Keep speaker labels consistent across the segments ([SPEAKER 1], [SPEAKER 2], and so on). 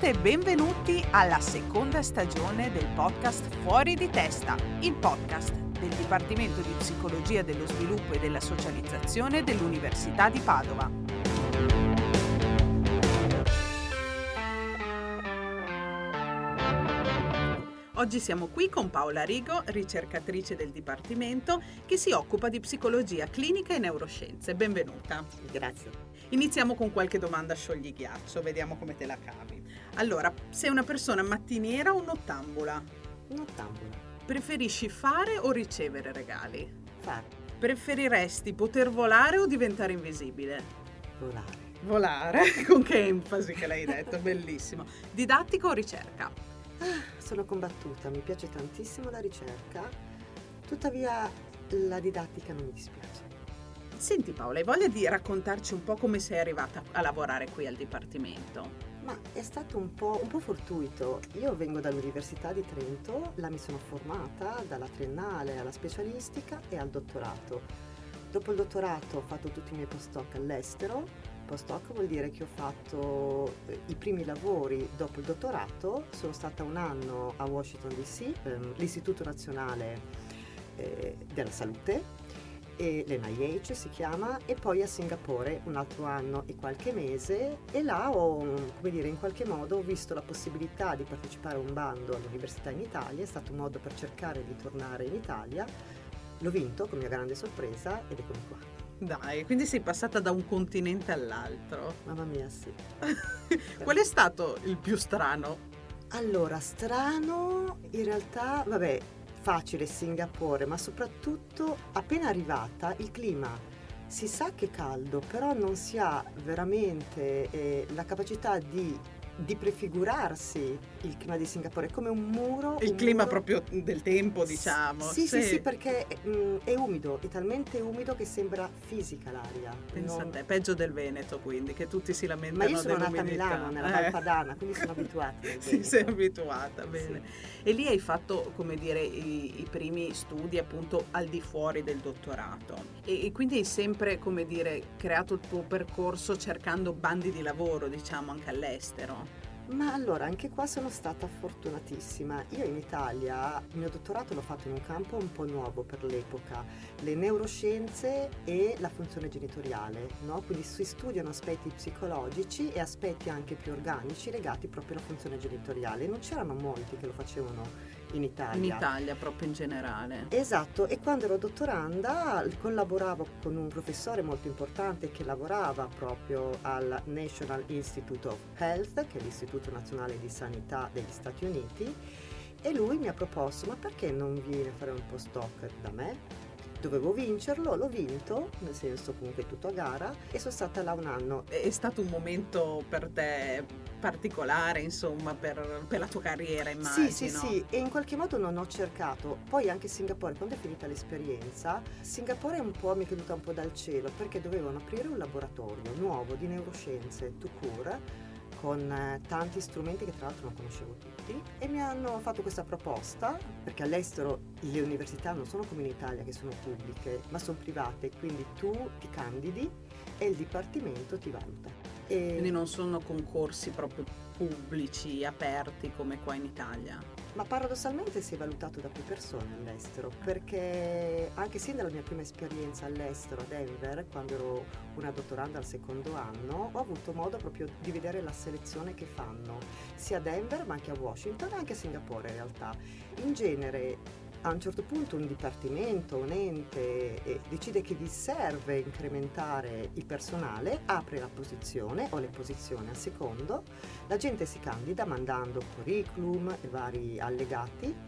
[SPEAKER 1] Benvenute e benvenuti alla seconda stagione del podcast Fuori di Testa, il podcast del Dipartimento di Psicologia dello Sviluppo e della Socializzazione dell'Università di Padova. Oggi siamo qui con Paola Rigo, ricercatrice del Dipartimento, che si occupa di psicologia clinica e neuroscienze. Benvenuta.
[SPEAKER 2] Grazie.
[SPEAKER 1] Iniziamo con qualche domanda scioglighiaccio, vediamo come te la cavi. Allora, sei una persona mattiniera o nottambula?
[SPEAKER 2] Nottambula.
[SPEAKER 1] Preferisci fare o ricevere regali?
[SPEAKER 2] Fare.
[SPEAKER 1] Preferiresti poter volare o diventare invisibile?
[SPEAKER 2] Volare.
[SPEAKER 1] Volare, con che enfasi che l'hai detto, bellissimo. Didattica o ricerca?
[SPEAKER 2] Sono combattuta, mi piace tantissimo la ricerca, tuttavia la didattica non mi dispiace.
[SPEAKER 1] Senti Paola, hai voglia di raccontarci un po' come sei arrivata a lavorare qui al Dipartimento?
[SPEAKER 2] Ma è stato un po' fortuito. Io vengo dall'Università di Trento, là mi sono formata dalla triennale alla specialistica e al dottorato. Dopo il dottorato ho fatto tutti i miei postdoc all'estero. Postdoc vuol dire che ho fatto i primi lavori dopo il dottorato. Sono stata un anno a Washington DC, l'Istituto Nazionale della Salute, e l'NIH si chiama, e poi a Singapore un altro anno e qualche mese, e là in qualche modo ho visto la possibilità di partecipare a un bando all'università in Italia. È stato un modo per cercare di tornare in Italia. L'ho vinto con mia grande sorpresa ed eccomi qua.
[SPEAKER 1] Dai, quindi sei passata da un continente all'altro.
[SPEAKER 2] Mamma mia, sì.
[SPEAKER 1] Qual è stato il più strano?
[SPEAKER 2] Allora, strano, in realtà, facile Singapore, ma soprattutto appena arrivata il clima. Si sa che è caldo, però non si ha veramente la capacità di prefigurarsi il clima di Singapore, è come un muro.
[SPEAKER 1] Il clima proprio del tempo, diciamo.
[SPEAKER 2] Sì, perché è umido, è talmente umido che sembra fisica l'aria.
[SPEAKER 1] Pensa a te, peggio del Veneto, quindi, che tutti si lamentano.
[SPEAKER 2] Ma io sono nata a Milano, nella Val Padana, quindi sono abituata.
[SPEAKER 1] Sì, sei abituata, bene. Sì. E lì hai fatto, come dire, i primi studi appunto al di fuori del dottorato. E quindi hai sempre, come dire, creato il tuo percorso cercando bandi di lavoro, diciamo, anche all'estero.
[SPEAKER 2] Ma allora, anche qua sono stata fortunatissima. Io in Italia il mio dottorato l'ho fatto in un campo un po' nuovo per l'epoca, le neuroscienze e la funzione genitoriale, no? Quindi si studiano aspetti psicologici e aspetti anche più organici legati proprio alla funzione genitoriale. Non c'erano molti che lo facevano in Italia.
[SPEAKER 1] In Italia proprio in generale.
[SPEAKER 2] Esatto, e quando ero dottoranda collaboravo con un professore molto importante che lavorava proprio al National Institute of Health, che è l'Istituto Nazionale di Sanità degli Stati Uniti, e lui mi ha proposto: ma perché non vieni a fare un postdoc da me? Dovevo vincerlo, l'ho vinto, nel senso comunque tutto a gara, e sono stata là un anno.
[SPEAKER 1] È stato un momento per te particolare, insomma, per la tua carriera, immagino.
[SPEAKER 2] Sì, e in qualche modo non ho cercato. Poi anche Singapore, quando è finita l'esperienza, Singapore mi è caduta un po' dal cielo, perché dovevano aprire un laboratorio nuovo di neuroscienze tout court, con tanti strumenti che tra l'altro non conoscevo tutti, e mi hanno fatto questa proposta, perché all'estero le università non sono come in Italia che sono pubbliche, ma sono private, quindi tu ti candidi e il dipartimento ti valuta.
[SPEAKER 1] Quindi non sono concorsi proprio pubblici, aperti come qua in Italia.
[SPEAKER 2] Ma paradossalmente si è valutato da più persone all'estero, perché anche sin dalla mia prima esperienza all'estero a Denver, quando ero una dottoranda al secondo anno, ho avuto modo proprio di vedere la selezione che fanno, sia a Denver ma anche a Washington e anche a Singapore in realtà. In genere a un certo punto un dipartimento, un ente decide che gli serve incrementare il personale, apre la posizione o le posizioni a secondo, la gente si candida mandando curriculum e vari allegati,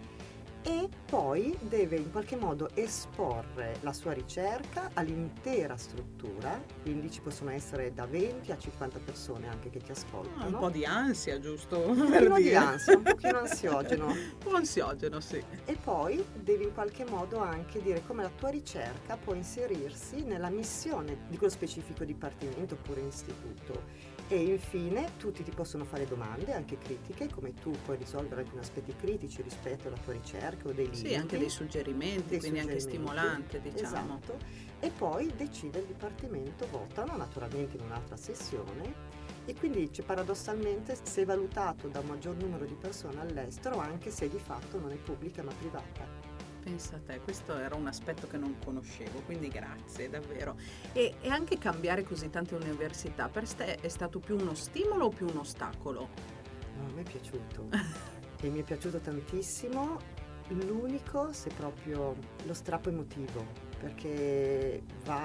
[SPEAKER 2] e poi deve in qualche modo esporre la sua ricerca all'intera struttura, quindi ci possono essere da 20 a 50 persone anche che ti ascoltano.
[SPEAKER 1] Un po' di ansia, giusto?
[SPEAKER 2] Un pochino di ansia, un pochino ansiogeno.
[SPEAKER 1] Un po' ansiogeno, sì.
[SPEAKER 2] E poi devi in qualche modo anche dire come la tua ricerca può inserirsi nella missione di quello specifico dipartimento oppure istituto. E infine tutti ti possono fare domande, anche critiche, come tu puoi risolvere alcuni aspetti critici rispetto alla tua ricerca o dei limiti.
[SPEAKER 1] Sì, anche dei suggerimenti, quindi anche stimolante, diciamo.
[SPEAKER 2] Esatto. E poi decide il dipartimento, votano naturalmente in un'altra sessione E quindi paradossalmente sei valutato da un maggior numero di persone all'estero, anche se di fatto non è pubblica ma privata.
[SPEAKER 1] Pensa a te, questo era un aspetto che non conoscevo, quindi grazie davvero. E anche cambiare così tante università, per te è stato più uno stimolo o più un ostacolo?
[SPEAKER 2] No, a me è piaciuto. E mi è piaciuto tantissimo. L'unico, se proprio lo strappo emotivo, perché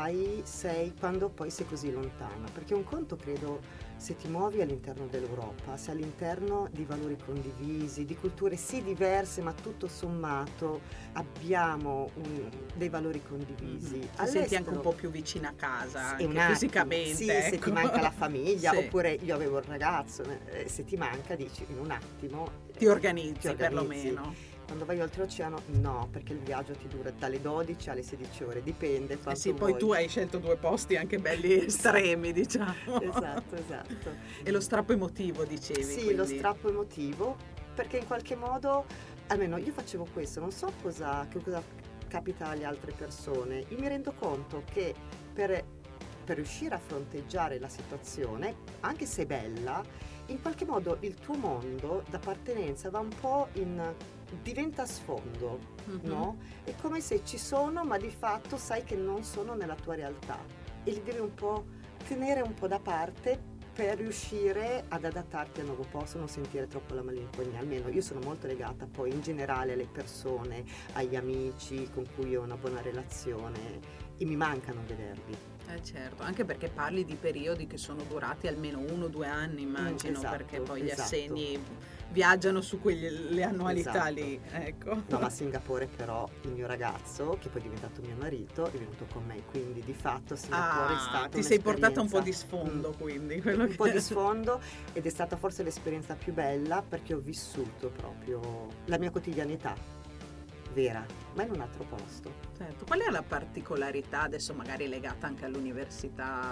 [SPEAKER 2] quando poi sei così lontana, perché un conto credo se ti muovi all'interno dell'Europa, sei all'interno di valori condivisi, di culture sì diverse, ma tutto sommato abbiamo dei valori condivisi.
[SPEAKER 1] Ti senti anche un po' più vicina a casa,
[SPEAKER 2] sì,
[SPEAKER 1] anche fisicamente.
[SPEAKER 2] Sì,
[SPEAKER 1] ecco.
[SPEAKER 2] Se ti manca la famiglia,
[SPEAKER 1] sì.
[SPEAKER 2] Oppure io avevo il ragazzo, se ti manca dici in un attimo.
[SPEAKER 1] Ti organizzi perlomeno.
[SPEAKER 2] Quando vai oltreoceano no, perché il viaggio ti dura dalle 12 alle 16 ore, dipende quanto
[SPEAKER 1] sì, poi
[SPEAKER 2] vuoi.
[SPEAKER 1] tu hai scelto 2 posti anche belli estremi, diciamo.
[SPEAKER 2] Esatto.
[SPEAKER 1] E lo strappo emotivo, dicevi.
[SPEAKER 2] Sì,
[SPEAKER 1] quindi.
[SPEAKER 2] Lo strappo emotivo, perché in qualche modo, almeno io facevo questo, non so cosa capita alle altre persone. Io mi rendo conto che per riuscire a fronteggiare la situazione, anche se bella, in qualche modo il tuo mondo d'appartenenza va un po' diventa sfondo, no? È come se ci sono, ma di fatto sai che non sono nella tua realtà e li devi un po' tenere un po' da parte per riuscire ad adattarti al nuovo posto, non sentire troppo la malinconia. Almeno io sono molto legata poi in generale alle persone, agli amici con cui ho una buona relazione e mi mancano vederli.
[SPEAKER 1] Certo, anche perché parli di periodi che sono durati almeno 1 o 2 anni, immagino,
[SPEAKER 2] esatto,
[SPEAKER 1] perché poi gli
[SPEAKER 2] esatto.
[SPEAKER 1] assegni viaggiano su le annualità lì, ecco.
[SPEAKER 2] No, ma a Singapore però il mio ragazzo, che poi è diventato mio marito, è venuto con me, quindi di fatto Singapore è stata
[SPEAKER 1] ti sei portata un po' di sfondo, quindi.
[SPEAKER 2] Un po' di sfondo, ed è stata forse l'esperienza più bella perché ho vissuto proprio la mia quotidianità vera, ma in un altro posto.
[SPEAKER 1] Certo. Qual è la particolarità, adesso magari legata anche all'università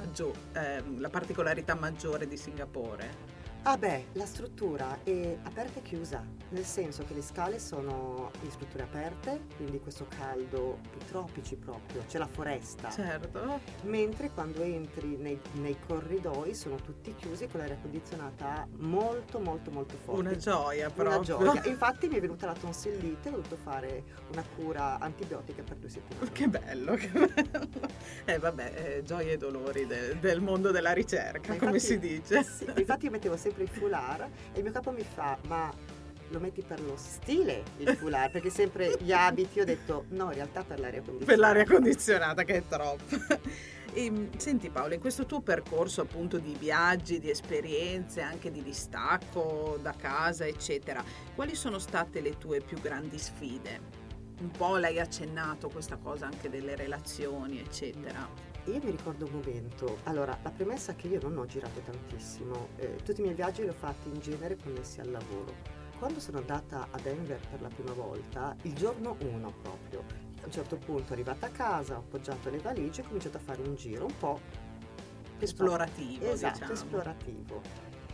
[SPEAKER 1] la particolarità maggiore di Singapore?
[SPEAKER 2] La struttura è aperta e chiusa, nel senso che le scale sono in strutture aperte, quindi questo caldo, i tropici proprio, c'è la foresta.
[SPEAKER 1] Certo.
[SPEAKER 2] Mentre quando entri nei corridoi sono tutti chiusi con l'aria condizionata molto molto molto forte.
[SPEAKER 1] Una gioia proprio.
[SPEAKER 2] Una gioia. Infatti mi è venuta la tonsillite, ho dovuto fare una cura antibiotica per 2 settimane.
[SPEAKER 1] Che bello, che bello. Gioie e dolori del mondo della ricerca, come si dice.
[SPEAKER 2] Sì, infatti io mettevo sempre il foulard e il mio capo mi fa: ma lo metti per lo stile il foulard? Perché sempre gli abiti, ho detto no, in realtà per l'aria condizionata.
[SPEAKER 1] Per l'aria condizionata, che è troppo. E, senti Paola, in questo tuo percorso appunto di viaggi, di esperienze, anche di distacco da casa, eccetera, quali sono state le tue più grandi sfide? Un po' l'hai accennato questa cosa anche delle relazioni, eccetera.
[SPEAKER 2] Io mi ricordo un momento, allora la premessa è che io non ho girato tantissimo, tutti i miei viaggi li ho fatti in genere connessi al lavoro. Quando sono andata a Denver per la prima volta, il giorno 1 proprio, a un certo punto arrivata a casa, ho appoggiato le valigie e ho cominciato a fare un giro un po'
[SPEAKER 1] esplorativo,
[SPEAKER 2] esatto,
[SPEAKER 1] diciamo.
[SPEAKER 2] Esplorativo.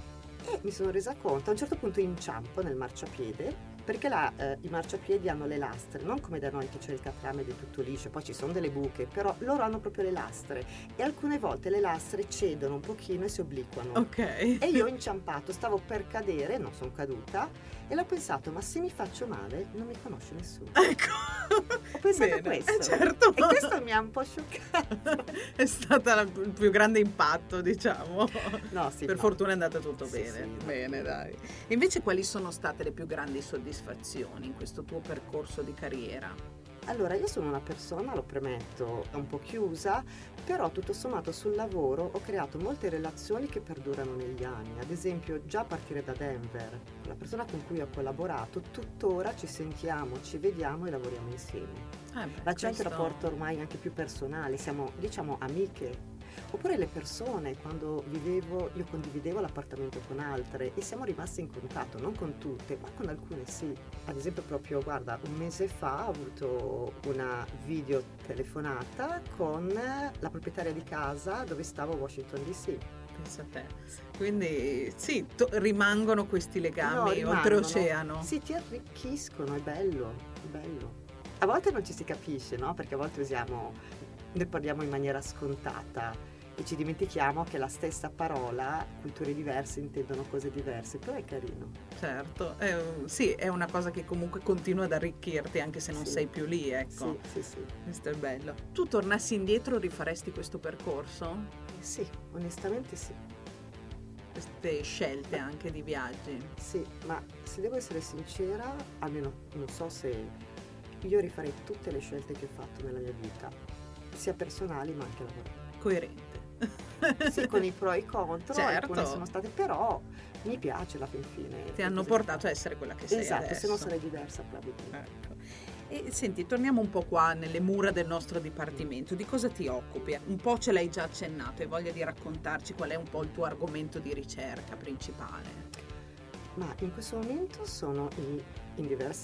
[SPEAKER 2] E mi sono resa conto, a un certo punto inciampo nel marciapiede, perché là i marciapiedi hanno le lastre, non come da noi che c'è il catrame ed è tutto liscio, poi ci sono delle buche, però loro hanno proprio le lastre e alcune volte le lastre cedono un pochino e si obliquano.
[SPEAKER 1] Ok.
[SPEAKER 2] E io ho inciampato, stavo per cadere, non sono caduta, e l'ho pensato, ma se mi faccio male non mi conosce nessuno.
[SPEAKER 1] Ecco.
[SPEAKER 2] Ho pensato
[SPEAKER 1] Bene,
[SPEAKER 2] questo.
[SPEAKER 1] certo.
[SPEAKER 2] E questo mi ha un po' scioccato.
[SPEAKER 1] È stato il più grande impatto, diciamo.
[SPEAKER 2] No, sì,
[SPEAKER 1] per fortuna è andata tutto
[SPEAKER 2] sì,
[SPEAKER 1] bene.
[SPEAKER 2] sì,
[SPEAKER 1] bene, dai. E invece quali sono state le più grandi soddisfazioni in questo tuo percorso di carriera?
[SPEAKER 2] Allora, io sono una persona, lo premetto, un po' chiusa, però tutto sommato sul lavoro ho creato molte relazioni che perdurano negli anni. Ad esempio, già a partire da Denver, con la persona con cui ho collaborato, tuttora ci sentiamo, ci vediamo e lavoriamo insieme. C'è anche un rapporto ormai anche più personale, siamo, diciamo, amiche. Oppure le persone, quando vivevo, io condividevo l'appartamento con altre e siamo rimasti in contatto, non con tutte, ma con alcune sì. Ad esempio proprio, guarda, un mese fa ho avuto una videotelefonata con la proprietaria di casa dove stavo a Washington DC.
[SPEAKER 1] Pensa a te. Quindi sì, rimangono questi legami oltreoceano.
[SPEAKER 2] Sì, ti arricchiscono, è bello, è bello. A volte non ci si capisce, no? Perché a volte ne parliamo in maniera scontata. e ci dimentichiamo che la stessa parola, culture diverse intendono cose diverse, però è carino.
[SPEAKER 1] Certo, sì, è una cosa che comunque continua ad arricchirti anche se non sei più lì, ecco.
[SPEAKER 2] Sì.
[SPEAKER 1] Questo è bello. Tu tornassi indietro, rifaresti questo percorso?
[SPEAKER 2] Sì, onestamente sì.
[SPEAKER 1] Queste scelte anche di viaggi?
[SPEAKER 2] Sì, ma se devo essere sincera, almeno non so se io rifarei tutte le scelte che ho fatto nella mia vita, sia personali ma anche lavorative.
[SPEAKER 1] Coerente.
[SPEAKER 2] Sì, con i pro e i contro,
[SPEAKER 1] certo.
[SPEAKER 2] alcune sono state, però mi piace alla fin fine.
[SPEAKER 1] Ti hanno portato a essere quella che sei
[SPEAKER 2] esatto,
[SPEAKER 1] adesso.
[SPEAKER 2] Se non sarei diversa probabilmente.
[SPEAKER 1] Ecco. E senti, torniamo un po' qua nelle mura del nostro dipartimento. Di cosa ti occupi? Un po' ce l'hai già accennato, hai voglia di raccontarci qual è un po' il tuo argomento di ricerca principale?
[SPEAKER 2] Ma in questo momento sono in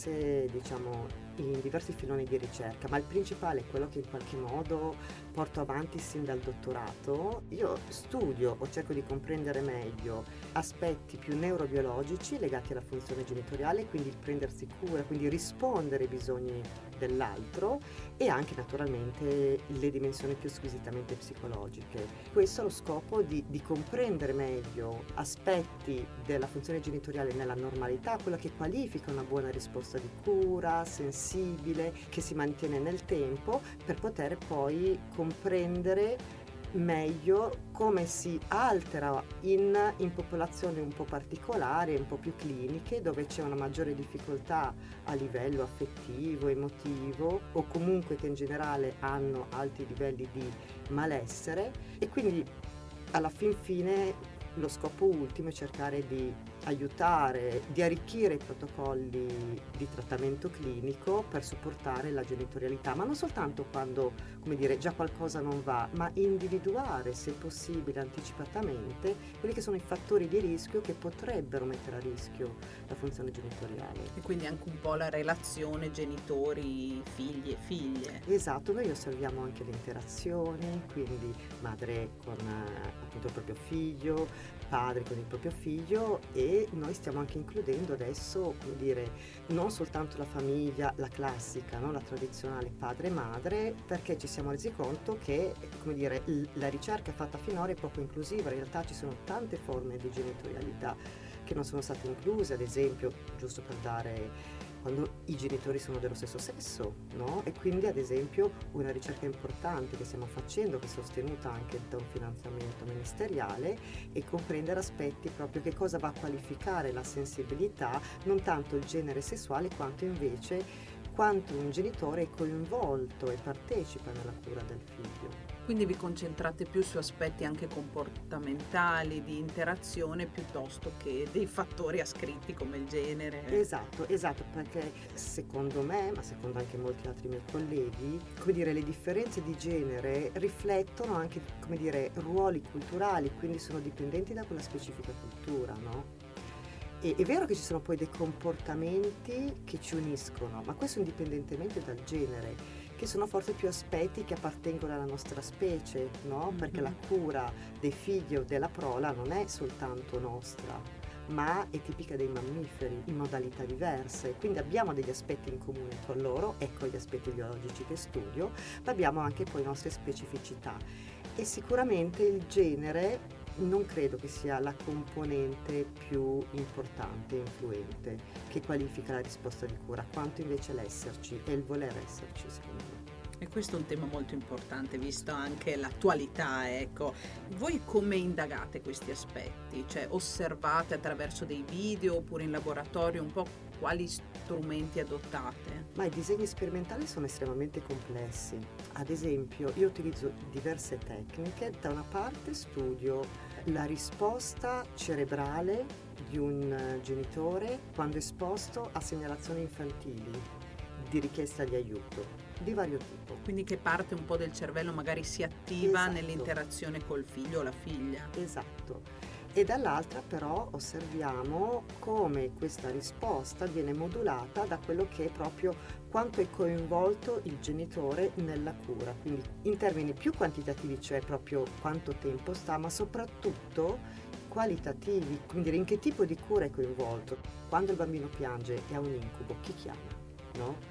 [SPEAKER 2] diversi filoni di ricerca, ma il principale è quello che in qualche modo porto avanti sin dal dottorato. Io studio o cerco di comprendere meglio aspetti più neurobiologici legati alla funzione genitoriale, quindi il prendersi cura, quindi rispondere ai bisogni dell'altro, e anche naturalmente le dimensioni più squisitamente psicologiche. Questo ha lo scopo di comprendere meglio aspetti della funzione genitoriale nella normalità, quello che qualifica una buona risposta di cura, sensibile, che si mantiene nel tempo, per poter poi comprendere meglio come si altera in popolazioni un po' particolari, un po' più cliniche, dove c'è una maggiore difficoltà a livello affettivo, emotivo, o comunque che in generale hanno alti livelli di malessere, e quindi alla fin fine lo scopo ultimo è cercare di aiutare, di arricchire i protocolli di trattamento clinico per supportare la genitorialità, ma non soltanto quando, già qualcosa non va, ma individuare, se possibile, anticipatamente quelli che sono i fattori di rischio che potrebbero mettere a rischio la funzione genitoriale.
[SPEAKER 1] E quindi anche un po' la relazione genitori, figli e figlie.
[SPEAKER 2] Esatto, noi osserviamo anche le interazioni, quindi madre con appunto il proprio figlio, padre con il proprio figlio, e noi stiamo anche includendo adesso, non soltanto la famiglia, la classica, no? La tradizionale padre e madre, perché ci siamo resi conto che, la ricerca fatta finora è poco inclusiva. In realtà ci sono tante forme di genitorialità che non sono state incluse, ad esempio, giusto per dare, quando i genitori sono dello stesso sesso, no? E quindi, ad esempio, una ricerca importante che stiamo facendo, che è sostenuta anche da un finanziamento ministeriale, è comprendere aspetti proprio che cosa va a qualificare la sensibilità, non tanto il genere sessuale, quanto invece quanto un genitore è coinvolto e partecipa nella cura del figlio.
[SPEAKER 1] Quindi vi concentrate più su aspetti anche comportamentali, di interazione, piuttosto che dei fattori ascritti come il genere.
[SPEAKER 2] Esatto, perché secondo me, ma secondo anche molti altri miei colleghi, le differenze di genere riflettono anche, ruoli culturali, quindi sono dipendenti da quella specifica cultura, no? E è vero che ci sono poi dei comportamenti che ci uniscono, ma questo indipendentemente dal genere, che sono forse più aspetti che appartengono alla nostra specie, no? Perché la cura dei figli o della prole non è soltanto nostra, ma è tipica dei mammiferi in modalità diverse, quindi abbiamo degli aspetti in comune con loro, ecco gli aspetti biologici che studio, ma abbiamo anche poi nostre specificità, e sicuramente il genere non credo che sia la componente più importante e influente che qualifica la risposta di cura, quanto invece l'esserci e il voler esserci, secondo me.
[SPEAKER 1] E questo è un tema molto importante, visto anche l'attualità, ecco. Voi come indagate questi aspetti? Cioè osservate attraverso dei video oppure in laboratorio, un po' quali strumenti adottate?
[SPEAKER 2] Ma i disegni sperimentali sono estremamente complessi. Ad esempio, io utilizzo diverse tecniche. Da una parte studio la risposta cerebrale di un genitore quando esposto a segnalazioni infantili di richiesta di aiuto, di vario tipo.
[SPEAKER 1] Quindi che parte un po' del cervello magari si attiva
[SPEAKER 2] Esatto.
[SPEAKER 1] Nell'interazione col figlio o la figlia.
[SPEAKER 2] Esatto. E dall'altra però osserviamo come questa risposta viene modulata da quello che è proprio quanto è coinvolto il genitore nella cura, quindi in termini più quantitativi, cioè proprio quanto tempo sta, ma soprattutto qualitativi, quindi in che tipo di cura è coinvolto. Quando il bambino piange e ha un incubo, chi chiama? No?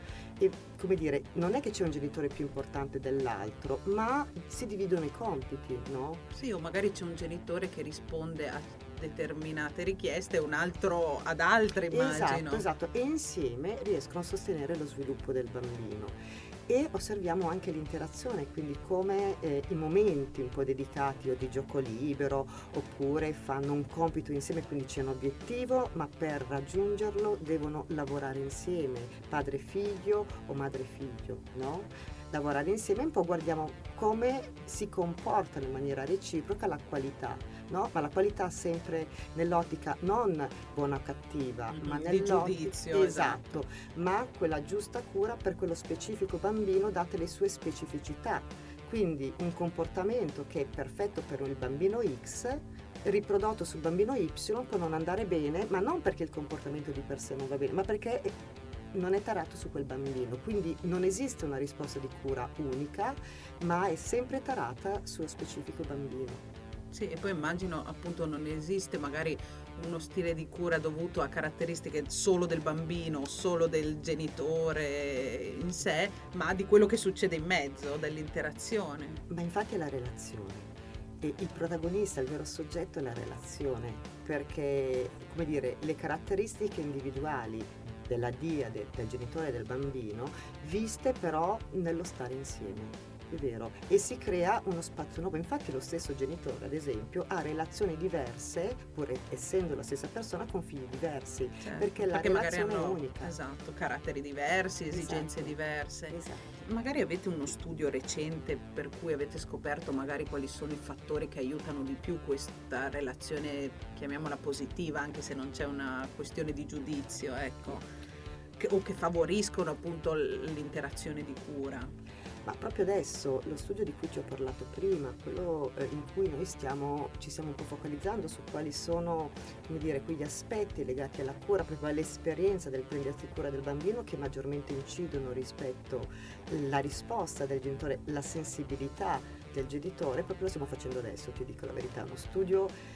[SPEAKER 2] e come dire, non è che c'è un genitore più importante dell'altro, ma si dividono i compiti, no?
[SPEAKER 1] Sì, o magari c'è un genitore che risponde a determinate richieste e un altro ad altre, immagino.
[SPEAKER 2] Esatto, e insieme riescono a sostenere lo sviluppo del bambino. E osserviamo anche l'interazione, quindi come i momenti un po' dedicati o di gioco libero, oppure fanno un compito insieme, quindi c'è un obiettivo, ma per raggiungerlo devono lavorare insieme, padre figlio o madre figlio, no? Lavorare insieme, un po' guardiamo come si comportano in maniera reciproca, la qualità, no? Ma la qualità sempre nell'ottica non buona o cattiva, ma
[SPEAKER 1] Di
[SPEAKER 2] nell'ottica,
[SPEAKER 1] giudizio,
[SPEAKER 2] esatto, ma quella giusta cura per quello specifico bambino date le sue specificità. Quindi un comportamento che è perfetto per il bambino X riprodotto sul bambino Y può non andare bene, ma non perché il comportamento di per sé non va bene, ma perché non è tarato su quel bambino. Quindi non esiste una risposta di cura unica, ma è sempre tarata sullo specifico bambino.
[SPEAKER 1] Sì, e poi immagino appunto non esiste magari uno stile di cura dovuto a caratteristiche solo del bambino, solo del genitore in sé, ma di quello che succede in mezzo, dell'interazione.
[SPEAKER 2] Ma infatti è la relazione. E il protagonista, il vero soggetto è la relazione, perché, come dire, le caratteristiche individuali della dia, del genitore e del bambino, viste però nello stare insieme. È vero, e si crea uno spazio nuovo. Infatti lo stesso genitore, ad esempio, ha relazioni diverse, pur essendo la stessa persona, con figli diversi,
[SPEAKER 1] Certo,
[SPEAKER 2] perché la
[SPEAKER 1] magari
[SPEAKER 2] relazione
[SPEAKER 1] hanno,
[SPEAKER 2] è unica.
[SPEAKER 1] esatto, caratteri diversi, esigenze
[SPEAKER 2] Esatto,
[SPEAKER 1] diverse.
[SPEAKER 2] esatto.
[SPEAKER 1] Magari avete uno studio recente per cui avete scoperto magari quali sono i fattori che aiutano di più questa relazione, chiamiamola positiva, anche se non c'è una questione di giudizio, ecco, o che favoriscono appunto l'interazione di cura.
[SPEAKER 2] Ma proprio adesso lo studio di cui ti ho parlato prima, quello in cui noi ci stiamo un po' focalizzando su quali sono, come dire, quegli aspetti legati alla cura, proprio all'esperienza del prendersi cura del bambino che maggiormente incidono rispetto alla risposta del genitore, la sensibilità del genitore, proprio lo stiamo facendo adesso, ti dico la verità, uno studio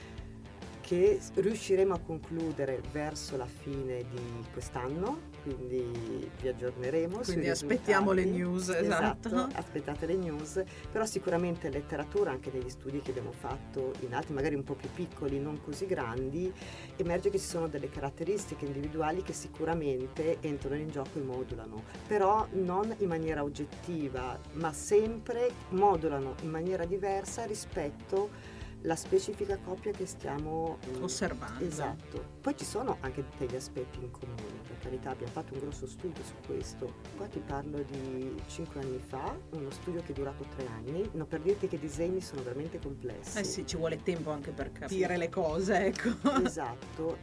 [SPEAKER 2] che riusciremo a concludere verso la fine di quest'anno, quindi vi aggiorneremo.
[SPEAKER 1] Quindi
[SPEAKER 2] sui
[SPEAKER 1] aspettiamo le
[SPEAKER 2] risultati.
[SPEAKER 1] news, esatto.
[SPEAKER 2] Aspettate le news, però sicuramente letteratura, anche negli studi che abbiamo fatto in altri, magari un po' più piccoli, non così grandi, emerge che ci sono delle caratteristiche individuali che sicuramente entrano in gioco e modulano, però non in maniera oggettiva, ma sempre modulano in maniera diversa rispetto la specifica coppia che stiamo
[SPEAKER 1] osservando.
[SPEAKER 2] Esatto. Poi ci sono anche degli aspetti in comune, per carità, abbiamo fatto un grosso studio su questo. Qua ti parlo di 5 anni fa, uno studio che è durato 3 anni, no, per dirti che i disegni sono veramente complessi.
[SPEAKER 1] Eh sì, ci vuole tempo anche per capire le cose, ecco.
[SPEAKER 2] Esatto,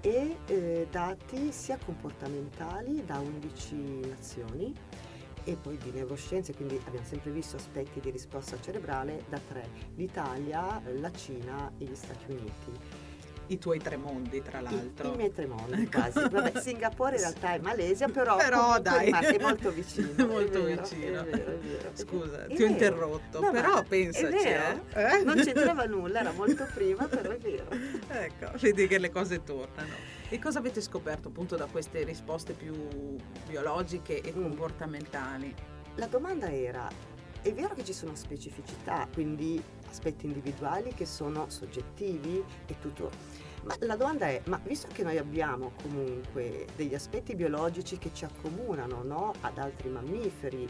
[SPEAKER 2] e dati sia comportamentali da 11 nazioni, e poi di neuroscienze, quindi abbiamo sempre visto aspetti di risposta cerebrale da 3: l'Italia, la Cina e gli Stati Uniti.
[SPEAKER 1] I tuoi 3 mondi, tra l'altro.
[SPEAKER 2] I miei 3 mondi, quasi. Vabbè, Singapore in realtà è Malesia, però
[SPEAKER 1] dai,
[SPEAKER 2] è molto vicino.
[SPEAKER 1] Molto
[SPEAKER 2] è vero,
[SPEAKER 1] vicino.
[SPEAKER 2] È vero.
[SPEAKER 1] Scusa,
[SPEAKER 2] È
[SPEAKER 1] ti ho
[SPEAKER 2] vero.
[SPEAKER 1] interrotto,
[SPEAKER 2] No,
[SPEAKER 1] però
[SPEAKER 2] ma
[SPEAKER 1] pensaci.
[SPEAKER 2] è vero. Non c'entrava nulla, era molto prima, però è vero.
[SPEAKER 1] Ecco, vedi che le cose tornano. E cosa avete scoperto appunto da queste risposte più biologiche e comportamentali?
[SPEAKER 2] La domanda era: è vero che ci sono specificità, quindi aspetti individuali che sono soggettivi e tutto, ma la domanda è: ma visto che noi abbiamo comunque degli aspetti biologici che ci accomunano, no, ad altri mammiferi,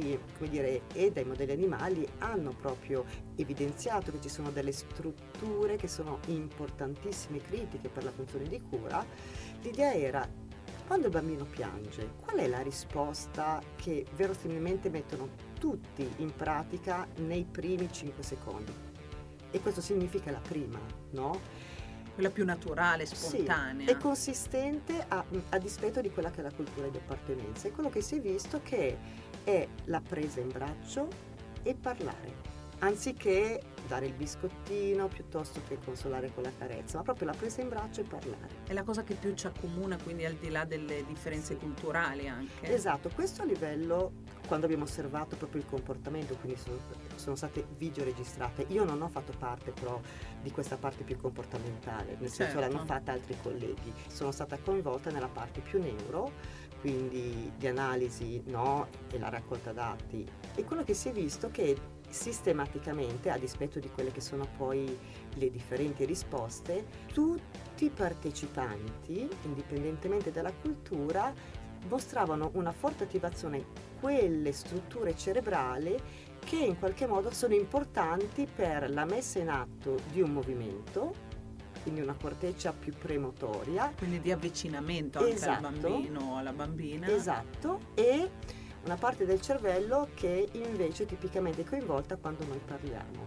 [SPEAKER 2] e dai modelli animali hanno proprio evidenziato che ci sono delle strutture che sono importantissime, critiche per la funzione di cura, l'idea era: quando il bambino piange, qual è la risposta che verosimilmente mettono tutti in pratica nei primi 5 secondi? E questo significa la prima, no?
[SPEAKER 1] Quella più naturale, spontanea.
[SPEAKER 2] Sì, è consistente a dispetto di quella che è la cultura di appartenenza. E quello che si è visto che è la presa in braccio e parlare, anziché dare il biscottino piuttosto che consolare con la carezza, ma proprio la presa in braccio e parlare.
[SPEAKER 1] È la cosa che più ci accomuna, quindi al di là delle differenze culturali anche.
[SPEAKER 2] Esatto, questo a livello, quando abbiamo osservato proprio il comportamento, quindi sono state video registrate. Io non ho fatto parte però di questa parte più comportamentale, nel senso l'hanno fatta altri colleghi. Sono stata coinvolta nella parte più neuro, quindi di analisi no, e la raccolta dati. E quello che si è visto che sistematicamente, a dispetto di quelle che sono poi le differenti risposte, tutti i partecipanti, indipendentemente dalla cultura, mostravano una forte attivazione quelle strutture cerebrali che in qualche modo sono importanti per la messa in atto di un movimento, quindi una corteccia più premotoria.
[SPEAKER 1] Quindi di avvicinamento anche
[SPEAKER 2] Esatto.
[SPEAKER 1] al bambino o alla bambina.
[SPEAKER 2] Esatto, e una parte del cervello che invece tipicamente è coinvolta quando noi parliamo,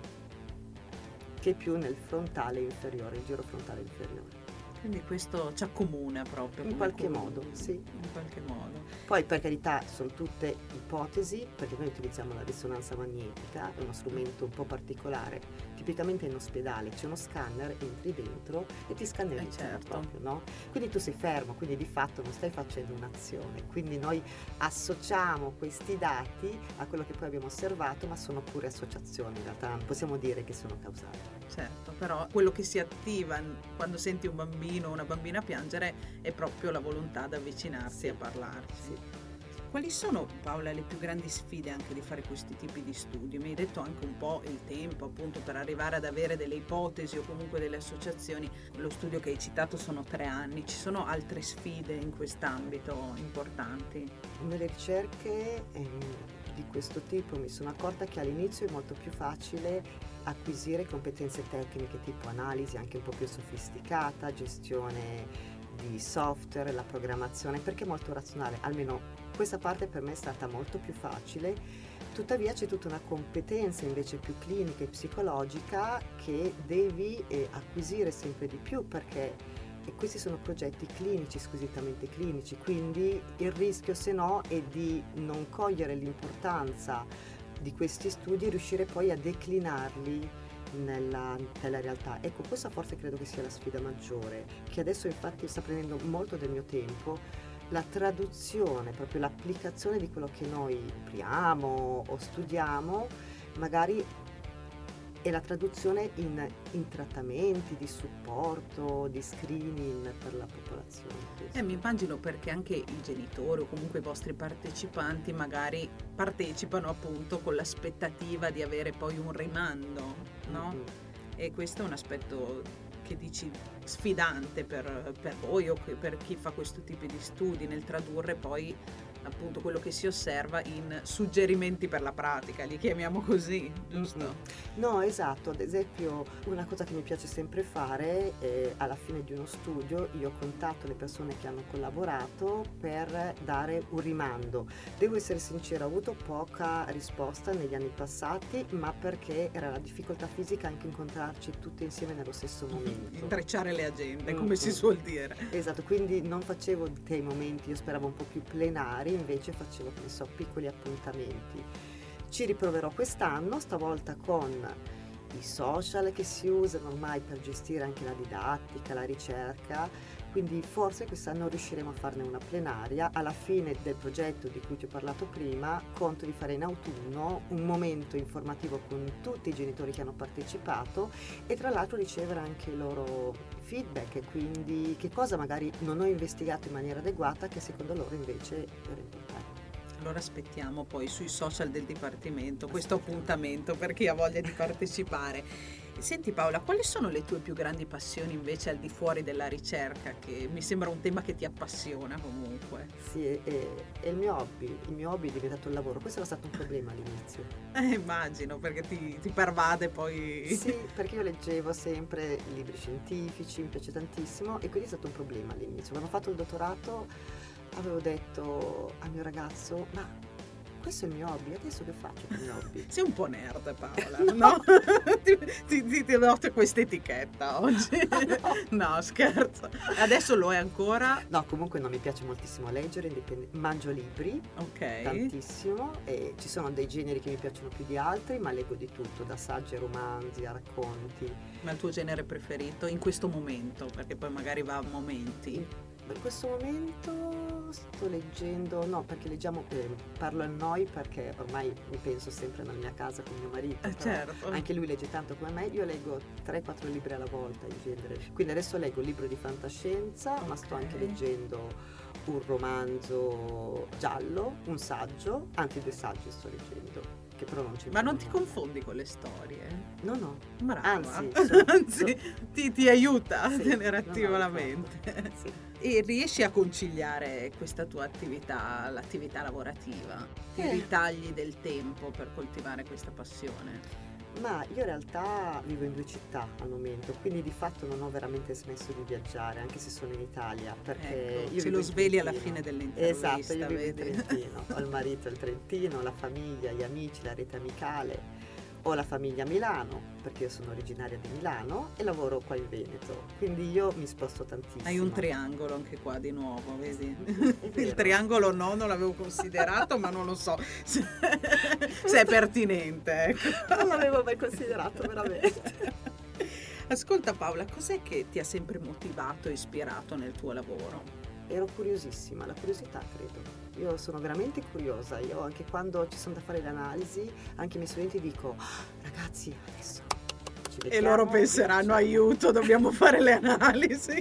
[SPEAKER 2] che è più nel frontale inferiore, il giro frontale inferiore.
[SPEAKER 1] Quindi questo ci accomuna proprio.
[SPEAKER 2] In qualche modo, sì.
[SPEAKER 1] In qualche modo.
[SPEAKER 2] Poi per carità sono tutte ipotesi, perché noi utilizziamo la risonanza magnetica, è uno strumento un po' particolare. Tipicamente in ospedale c'è uno scanner, entri dentro e ti scannerizzi
[SPEAKER 1] Certo.
[SPEAKER 2] proprio, no? Quindi tu sei fermo, quindi di fatto non stai facendo un'azione. Quindi noi associamo questi dati a quello che poi abbiamo osservato, ma sono pure associazioni, in realtà non possiamo dire che sono causali.
[SPEAKER 1] Certo, però quello che si attiva quando senti un bambino o una bambina piangere è proprio la volontà di avvicinarsi e a parlarci.
[SPEAKER 2] Sì.
[SPEAKER 1] Quali sono, Paola, le più grandi sfide anche di fare questi tipi di studi? Mi hai detto anche un po' il tempo appunto per arrivare ad avere delle ipotesi o comunque delle associazioni. Lo studio che hai citato sono 3 anni, ci sono altre sfide in quest'ambito importanti?
[SPEAKER 2] Nelle ricerche di questo tipo mi sono accorta che all'inizio è molto più facile acquisire competenze tecniche tipo analisi anche un po' più sofisticata, gestione di software, la programmazione, perché è molto razionale, almeno questa parte per me è stata molto più facile. Tuttavia c'è tutta una competenza invece più clinica e psicologica che devi acquisire sempre di più, perché questi sono progetti clinici, squisitamente clinici, quindi il rischio se no è di non cogliere l'importanza di questi studi e riuscire poi a declinarli nella realtà. Ecco, questa forse credo che sia la sfida maggiore, che adesso infatti sta prendendo molto del mio tempo, la traduzione, proprio l'applicazione di quello che noi impriamo o studiamo, magari è la traduzione in trattamenti di supporto, di screening per la popolazione.
[SPEAKER 1] Mi immagino, perché anche i genitori o comunque i vostri partecipanti magari partecipano appunto con l'aspettativa di avere poi un rimando, no?
[SPEAKER 2] Mm-hmm.
[SPEAKER 1] E questo è un aspetto che dici sfidante per voi o per chi fa questo tipo di studi, nel tradurre poi appunto quello che si osserva in suggerimenti per la pratica, li chiamiamo così, giusto?
[SPEAKER 2] Mm-hmm. No, esatto. Ad esempio, una cosa che mi piace sempre fare è alla fine di uno studio io contatto le persone che hanno collaborato per dare un rimando. Devo essere sincera, ho avuto poca risposta negli anni passati, ma perché era la difficoltà fisica anche incontrarci tutte insieme nello stesso momento.
[SPEAKER 1] Intrecciare le agende, come si suol dire.
[SPEAKER 2] Esatto, quindi non facevo dei momenti, io speravo un po' più plenari, invece facevo, che ne so, piccoli appuntamenti. Ci riproverò quest'anno, stavolta con i social che si usano ormai per gestire anche la didattica, la ricerca, quindi forse quest'anno riusciremo a farne una plenaria. Alla fine del progetto di cui ti ho parlato prima, conto di fare in autunno un momento informativo con tutti i genitori che hanno partecipato e tra l'altro ricevere anche i loro feedback, e quindi che cosa magari non ho investigato in maniera adeguata che secondo loro invece era importante.
[SPEAKER 1] Allora aspettiamo poi sui social del Dipartimento questo appuntamento per chi ha voglia di partecipare. Senti Paola, quali sono le tue più grandi passioni invece al di fuori della ricerca, che mi sembra un tema che ti appassiona comunque?
[SPEAKER 2] Sì, è il mio hobby è diventato il lavoro, questo era stato un problema all'inizio.
[SPEAKER 1] Immagino, perché ti pervade poi.
[SPEAKER 2] Sì, perché io leggevo sempre libri scientifici, mi piace tantissimo e quindi è stato un problema all'inizio. Quando ho fatto il dottorato avevo detto al mio ragazzo, ma questo è il mio hobby, adesso che faccio con il mio hobby?
[SPEAKER 1] Sei un po' nerd Paola, no? ti noto questa etichetta oggi. No, scherzo. Adesso lo è ancora?
[SPEAKER 2] No, comunque non mi piace moltissimo leggere, mangio libri, tantissimo, e ci sono dei generi che mi piacciono più di altri, ma leggo di tutto, da saggi a romanzi, a racconti.
[SPEAKER 1] Ma il tuo genere preferito in questo momento? Perché poi magari va a momenti.
[SPEAKER 2] In questo momento sto leggendo, no, perché leggiamo, parlo a noi perché ormai mi penso sempre nella mia casa con mio marito,
[SPEAKER 1] certo.
[SPEAKER 2] Anche lui legge tanto come me, io leggo 3-4 libri alla volta in genere, quindi adesso leggo un libro di fantascienza, ma sto anche leggendo un romanzo giallo, un saggio, anzi 2 saggi sto leggendo, che però non c'è.
[SPEAKER 1] Ma non ti confondi con le storie?
[SPEAKER 2] No.
[SPEAKER 1] Brava.
[SPEAKER 2] Anzi,
[SPEAKER 1] ti aiuta a
[SPEAKER 2] sì,
[SPEAKER 1] tenere attiva la
[SPEAKER 2] infatti.
[SPEAKER 1] mente.
[SPEAKER 2] Sì.
[SPEAKER 1] E riesci a conciliare questa tua attività, l'attività lavorativa? Ti ritagli del tempo per coltivare questa passione?
[SPEAKER 2] Ma io in realtà vivo in 2 città al momento, quindi di fatto non ho veramente smesso di viaggiare, anche se sono in Italia, perché
[SPEAKER 1] Ecco,
[SPEAKER 2] io
[SPEAKER 1] ce
[SPEAKER 2] vivo
[SPEAKER 1] lo
[SPEAKER 2] in
[SPEAKER 1] sveli alla
[SPEAKER 2] Trentino.
[SPEAKER 1] fine dell'intervista.
[SPEAKER 2] Esatto, io vivo in
[SPEAKER 1] vedi?
[SPEAKER 2] Trentino, ho il marito il Trentino, la famiglia, gli amici, la rete amicale, ho la famiglia a Milano, perché io sono originaria di Milano e lavoro qua in Veneto, quindi io mi sposto tantissimo.
[SPEAKER 1] Hai un triangolo anche qua di nuovo, vedi?
[SPEAKER 2] È vero.
[SPEAKER 1] Il triangolo non l'avevo considerato, ma non lo so se è pertinente. Ecco.
[SPEAKER 2] Non l'avevo mai considerato veramente.
[SPEAKER 1] Ascolta Paola, cos'è che ti ha sempre motivato e ispirato nel tuo lavoro?
[SPEAKER 2] Ero curiosissima, la curiosità credo. Io sono veramente curiosa, io anche quando ci sono da fare le analisi, anche ai miei studenti dico, ragazzi, adesso ci
[SPEAKER 1] E
[SPEAKER 2] vediamo,
[SPEAKER 1] loro penseranno, aiuto, dobbiamo fare le analisi.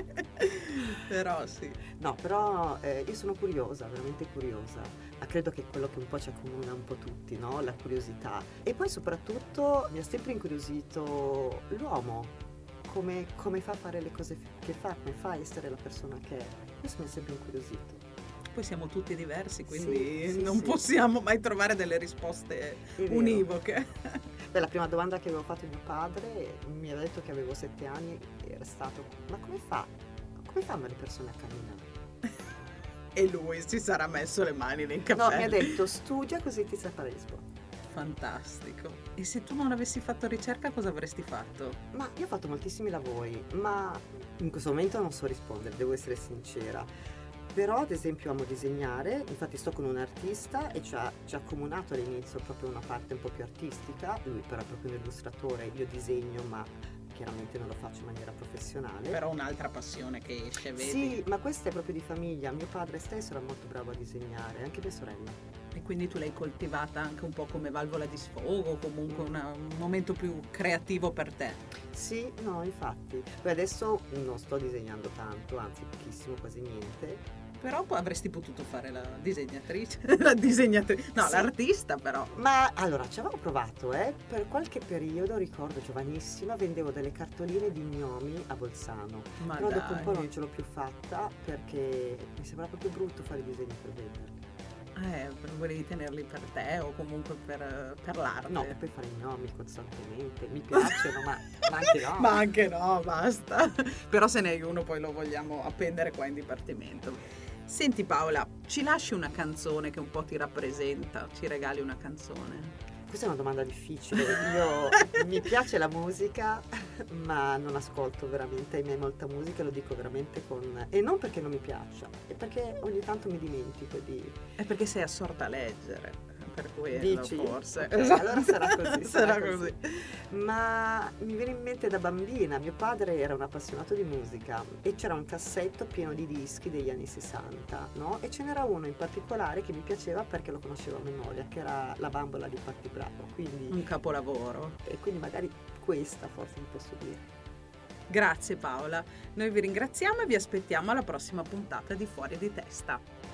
[SPEAKER 1] Però sì.
[SPEAKER 2] No, però io sono curiosa, veramente curiosa, ma credo che è quello che un po' ci accomuna un po' tutti, no? La curiosità. E poi soprattutto mi ha sempre incuriosito l'uomo, come fa a fare le cose che fa, come fa a essere la persona che è. Questo mi ha sempre incuriosito.
[SPEAKER 1] Poi siamo tutti diversi, quindi
[SPEAKER 2] Sì,
[SPEAKER 1] non
[SPEAKER 2] sì.
[SPEAKER 1] possiamo mai trovare delle risposte
[SPEAKER 2] È vero.
[SPEAKER 1] univoche.
[SPEAKER 2] Beh, la prima domanda che avevo fatto a mio padre mi aveva detto che avevo 7 anni e era stato, ma come fanno le persone a camminare?
[SPEAKER 1] E lui si sarà messo le mani nei
[SPEAKER 2] No,
[SPEAKER 1] capelli.
[SPEAKER 2] mi ha detto studia così ti saprai rispondere.
[SPEAKER 1] Fantastico. E se tu non avessi fatto ricerca, cosa avresti fatto?
[SPEAKER 2] Ma io ho fatto moltissimi lavori, ma in questo momento non so rispondere, devo essere sincera. Però ad esempio amo disegnare, infatti sto con un artista e ci ha accomunato all'inizio proprio una parte un po' più artistica, lui però è proprio un illustratore, io disegno ma chiaramente non lo faccio in maniera professionale.
[SPEAKER 1] Però un'altra passione che esce, vedi?
[SPEAKER 2] Sì, ma questa è proprio di famiglia, mio padre stesso era molto bravo a disegnare, anche mia sorella.
[SPEAKER 1] E quindi tu l'hai coltivata anche un po' come valvola di sfogo, comunque un momento più creativo per te.
[SPEAKER 2] Sì, no, infatti. Poi adesso non sto disegnando tanto, anzi pochissimo, quasi niente.
[SPEAKER 1] Però poi avresti potuto fare la disegnatrice. La disegnatrice. No,
[SPEAKER 2] Sì.
[SPEAKER 1] L'artista però.
[SPEAKER 2] Ma allora ci avevo provato, per qualche periodo, ricordo giovanissima, vendevo delle cartoline di gnomi a Bolzano.
[SPEAKER 1] Ma
[SPEAKER 2] Però dopo un po'
[SPEAKER 1] dai.
[SPEAKER 2] non ce l'ho più fatta perché mi sembra proprio brutto fare i disegni per venderli.
[SPEAKER 1] Volevi tenerli per te o comunque per l'arte?
[SPEAKER 2] No, e poi fare i gnomi costantemente, mi piacciono, ma anche no.
[SPEAKER 1] Ma anche no, basta. Però se ne hai uno poi lo vogliamo appendere qua in dipartimento. Senti Paola, ci lasci una canzone che un po' ti rappresenta? Ci regali una canzone?
[SPEAKER 2] Questa è una domanda difficile. Io mi piace la musica, ma non ascolto veramente, ahimè, molta musica, lo dico veramente con... E non perché non mi piaccia, è perché ogni tanto mi dimentico di...
[SPEAKER 1] È perché sei assorta a leggere, per quello
[SPEAKER 2] Dici?
[SPEAKER 1] forse.
[SPEAKER 2] Ok, allora sarà così.
[SPEAKER 1] Sarà così.
[SPEAKER 2] Ma mi viene in mente da bambina, mio padre era un appassionato di musica e c'era un cassetto pieno di dischi degli anni 60, no? E ce n'era uno in particolare che mi piaceva perché lo conoscevo a memoria, che era La bambola di Patti Bravo, quindi...
[SPEAKER 1] Un capolavoro.
[SPEAKER 2] E quindi magari questa forse vi posso dire.
[SPEAKER 1] Grazie Paola, noi vi ringraziamo e vi aspettiamo alla prossima puntata di Fuori di Testa.